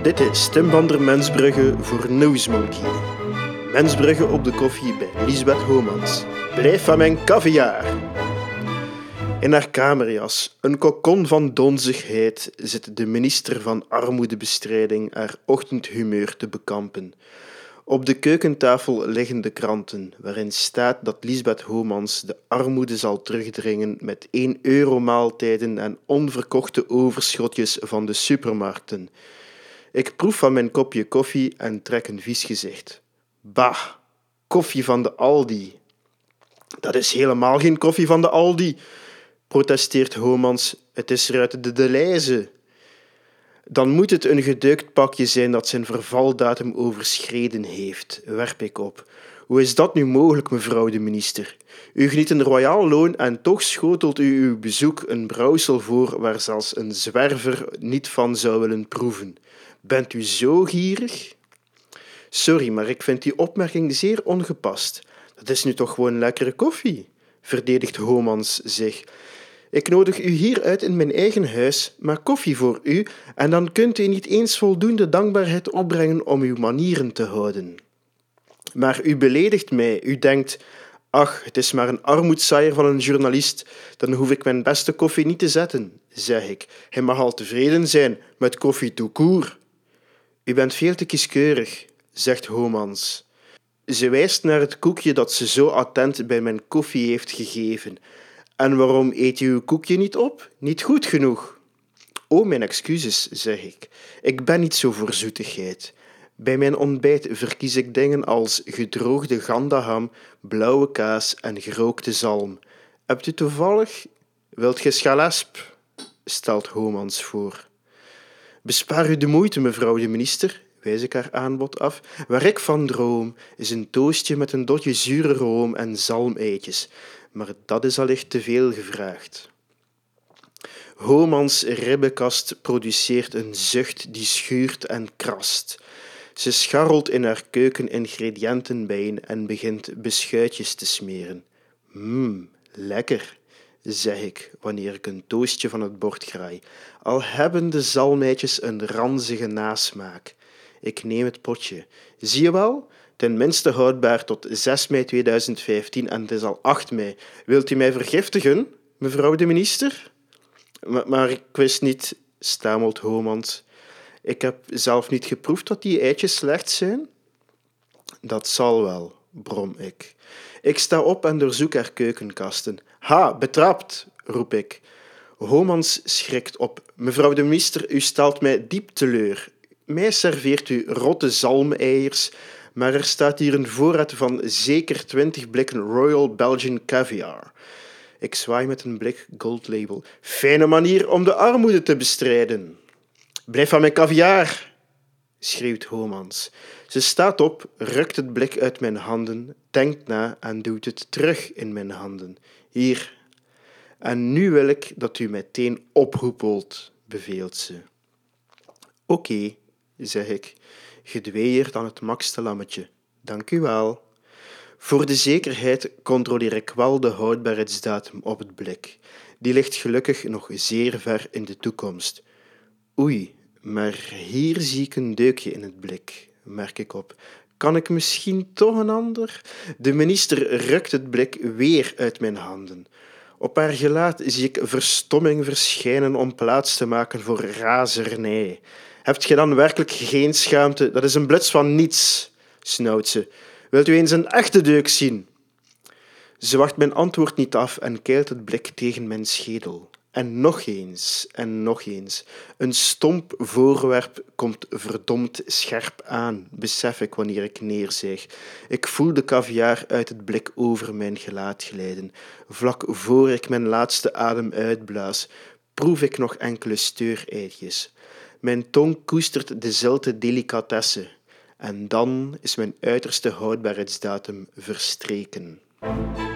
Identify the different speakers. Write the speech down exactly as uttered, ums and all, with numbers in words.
Speaker 1: Dit is Tim van der Mensbrugge voor Newsmonkey. Mensbrugge op de koffie bij Liesbeth Homans. Blijf van mijn caviar. In haar kamerjas, een kokon van donzigheid, zit de minister van Armoedebestrijding haar ochtendhumeur te bekampen. Op de keukentafel liggen de kranten, waarin staat dat Liesbeth Homans de armoede zal terugdringen met één euro maaltijden en onverkochte overschotjes van de supermarkten. Ik proef van mijn kopje koffie en trek een vies gezicht. Bah, koffie van de Aldi. Dat is helemaal geen koffie van de Aldi, protesteert Homans. Het is eruit de Deleuze. Dan moet het een gedeukt pakje zijn dat zijn vervaldatum overschreden heeft, werp ik op. Hoe is dat nu mogelijk, mevrouw de minister? U geniet een royaal loon en toch schotelt u uw bezoek een brouwsel voor waar zelfs een zwerver niet van zou willen proeven. Bent u zo gierig? Sorry, maar ik vind die opmerking zeer ongepast. Dat is nu toch gewoon lekkere koffie, verdedigt Homans zich. Ik nodig u hier uit in mijn eigen huis, maak koffie voor u en dan kunt u niet eens voldoende dankbaarheid opbrengen om uw manieren te houden. Maar u beledigt mij, u denkt, ach, het is maar een armoedzaaier van een journalist, dan hoef ik mijn beste koffie niet te zetten, zeg ik. Hij mag al tevreden zijn met koffie tout court. U bent veel te kieskeurig, zegt Homans. Ze wijst naar het koekje dat ze zo attent bij mijn koffie heeft gegeven. En waarom eet u uw koekje niet op? Niet goed genoeg. Oh, mijn excuses, zeg ik. Ik ben niet zo voor zoetigheid. Bij mijn ontbijt verkies ik dingen als gedroogde gandaham, blauwe kaas en gerookte zalm. Hebt u toevallig... Wilt ge schalesp? Stelt Homans voor. Bespaar u de moeite, mevrouw de minister, wijs ik haar aanbod af. Waar ik van droom, is een toastje met een dotje zure room en zalmeitjes. Maar dat is allicht te veel gevraagd. Homans ribbenkast produceert een zucht die schuurt en krast. Ze scharrelt in haar keuken ingrediënten bijeen en begint beschuitjes te smeren. Mmm, lekker, zeg ik wanneer ik een toastje van het bord graai, al hebben de zalmeitjes een ranzige nasmaak. Ik neem het potje. Zie je wel? Ten minste houdbaar tot zes mei tweeduizend vijftien en het is al acht mei. Wilt u mij vergiftigen, mevrouw de minister? Maar, maar ik wist niet, stamelt Homans. Ik heb zelf niet geproefd dat die eitjes slecht zijn. Dat zal wel, brom ik. Ik sta op en doorzoek haar keukenkasten. Ha, betrapt, roep ik. Homans schrikt op. Mevrouw de minister, u stelt mij diep teleur. Mij serveert u rotte zalmeiers, maar er staat hier een voorraad van zeker twintig blikken Royal Belgian Caviar. Ik zwaai met een blik Gold Label. Fijne manier om de armoede te bestrijden. Blijf van mijn caviar, schreeuwt Homans. Ze staat op, rukt het blik uit mijn handen, denkt na en duwt het terug in mijn handen. Hier. En nu wil ik dat u meteen ophoepelt, beveelt ze. Oké, okay, zeg ik, gedweeerd aan het makste lammetje. Dank u wel. Voor de zekerheid controleer ik wel de houdbaarheidsdatum op het blik. Die ligt gelukkig nog zeer ver in de toekomst. Oei, maar hier zie ik een deukje in het blik, merk ik op. Kan ik misschien toch een ander? De minister rukt het blik weer uit mijn handen. Op haar gelaat zie ik verstomming verschijnen om plaats te maken voor razernij. Hebt je dan werkelijk geen schaamte? Dat is een bluts van niets, snauwt ze. Wilt u eens een echte deuk zien? Ze wacht mijn antwoord niet af en keilt het blik tegen mijn schedel. En nog eens, en nog eens. Een stomp voorwerp komt verdomd scherp aan, besef ik wanneer ik neerzijg. Ik voel de caviar uit het blik over mijn gelaat glijden. Vlak voor ik mijn laatste adem uitblaas, proef ik nog enkele steureitjes. Mijn tong koestert de zilte delicatesse. En dan is mijn uiterste houdbaarheidsdatum verstreken.